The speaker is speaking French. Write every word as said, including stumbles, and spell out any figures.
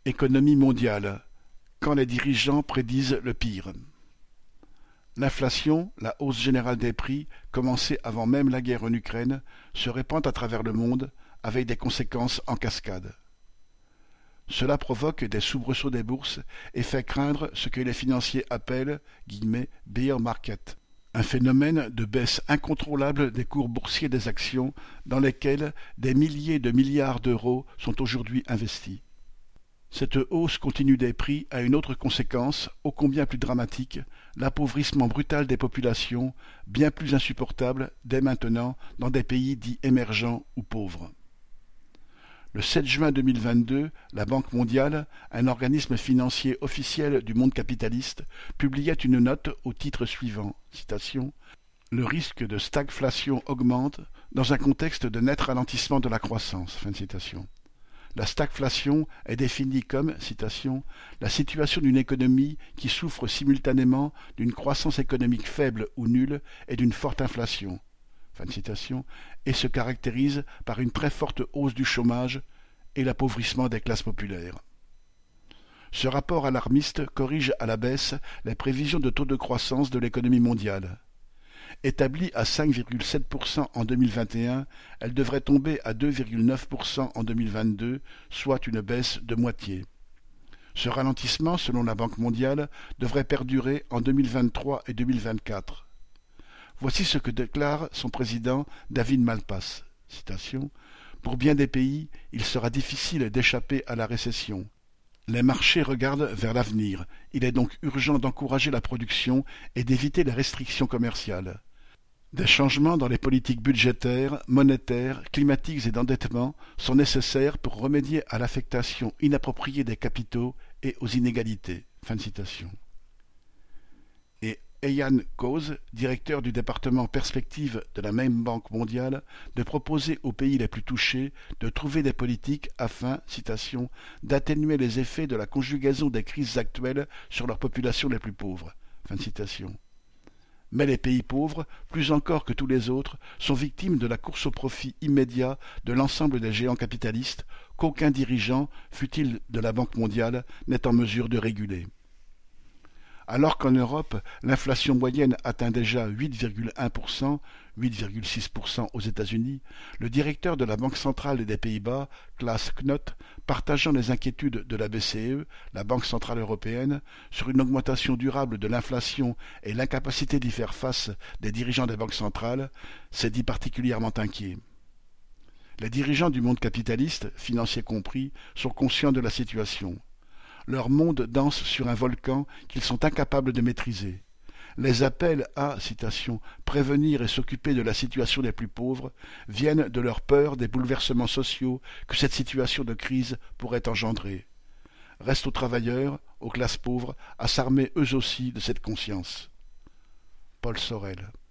Économie mondiale, quand les dirigeants prédisent le pire. L'inflation, la hausse générale des prix, commencée avant même la guerre en Ukraine, se répand à travers le monde, avec des conséquences en cascade. Cela provoque des soubresauts des bourses et fait craindre ce que les financiers appellent guillemets, « bear market », un phénomène de baisse incontrôlable des cours boursiers des actions dans lesquels des milliers de milliards d'euros sont aujourd'hui investis. Cette hausse continue des prix a une autre conséquence, ô combien plus dramatique, l'appauvrissement brutal des populations, bien plus insupportable dès maintenant dans des pays dits émergents ou pauvres. Le sept juin deux mille vingt-deux, la Banque mondiale, un organisme financier officiel du monde capitaliste, publiait une note au titre suivant, citation, « Le risque de stagflation augmente dans un contexte de net ralentissement de la croissance. » Fin de citation. La stagflation est définie comme, citation, « la situation d'une économie qui souffre simultanément d'une croissance économique faible ou nulle et d'une forte inflation. » Fin de citation, et se caractérise par une très forte hausse du chômage et l'appauvrissement des classes populaires. Ce rapport alarmiste corrige à la baisse les prévisions de taux de croissance de l'économie mondiale. Établie à cinq virgule sept pour cent en deux mille vingt et un, elle devrait tomber à deux virgule neuf pour cent en deux mille vingt-deux, soit une baisse de moitié. Ce ralentissement, selon la Banque mondiale, devrait perdurer en deux mille vingt-trois et deux mille vingt-quatre. Voici ce que déclare son président David Malpass. Citation, « Pour bien des pays, il sera difficile d'échapper à la récession. Les marchés regardent vers l'avenir. Il est donc urgent d'encourager la production et d'éviter les restrictions commerciales. Des changements dans les politiques budgétaires, monétaires, climatiques et d'endettement sont nécessaires pour remédier à l'affectation inappropriée des capitaux et aux inégalités. » Fin de citation. Et Ian Coase, directeur du département Perspectives de la même Banque mondiale, de proposer aux pays les plus touchés de trouver des politiques afin, citation, « d'atténuer les effets de la conjugaison des crises actuelles sur leurs populations les plus pauvres. » Fin de citation. Mais les pays pauvres, plus encore que tous les autres, sont victimes de la course au profit immédiat de l'ensemble des géants capitalistes qu'aucun dirigeant, fût-il de la Banque mondiale, n'est en mesure de réguler. Alors qu'en Europe, l'inflation moyenne atteint déjà huit virgule un pour cent, huit virgule six pour cent aux États-Unis, le directeur de la Banque centrale des Pays-Bas, Klaas Knot, partageant les inquiétudes de la B C E, la Banque centrale européenne, sur une augmentation durable de l'inflation et l'incapacité d'y faire face des dirigeants des banques centrales, s'est dit particulièrement inquiet. Les dirigeants du monde capitaliste, financiers compris, sont conscients de la situation. Leur monde danse sur un volcan qu'ils sont incapables de maîtriser. Les appels à, citation, « prévenir et s'occuper de la situation des plus pauvres » viennent de leur peur des bouleversements sociaux que cette situation de crise pourrait engendrer. Reste aux travailleurs, aux classes pauvres, à s'armer eux aussi de cette conscience. Paul Sorel.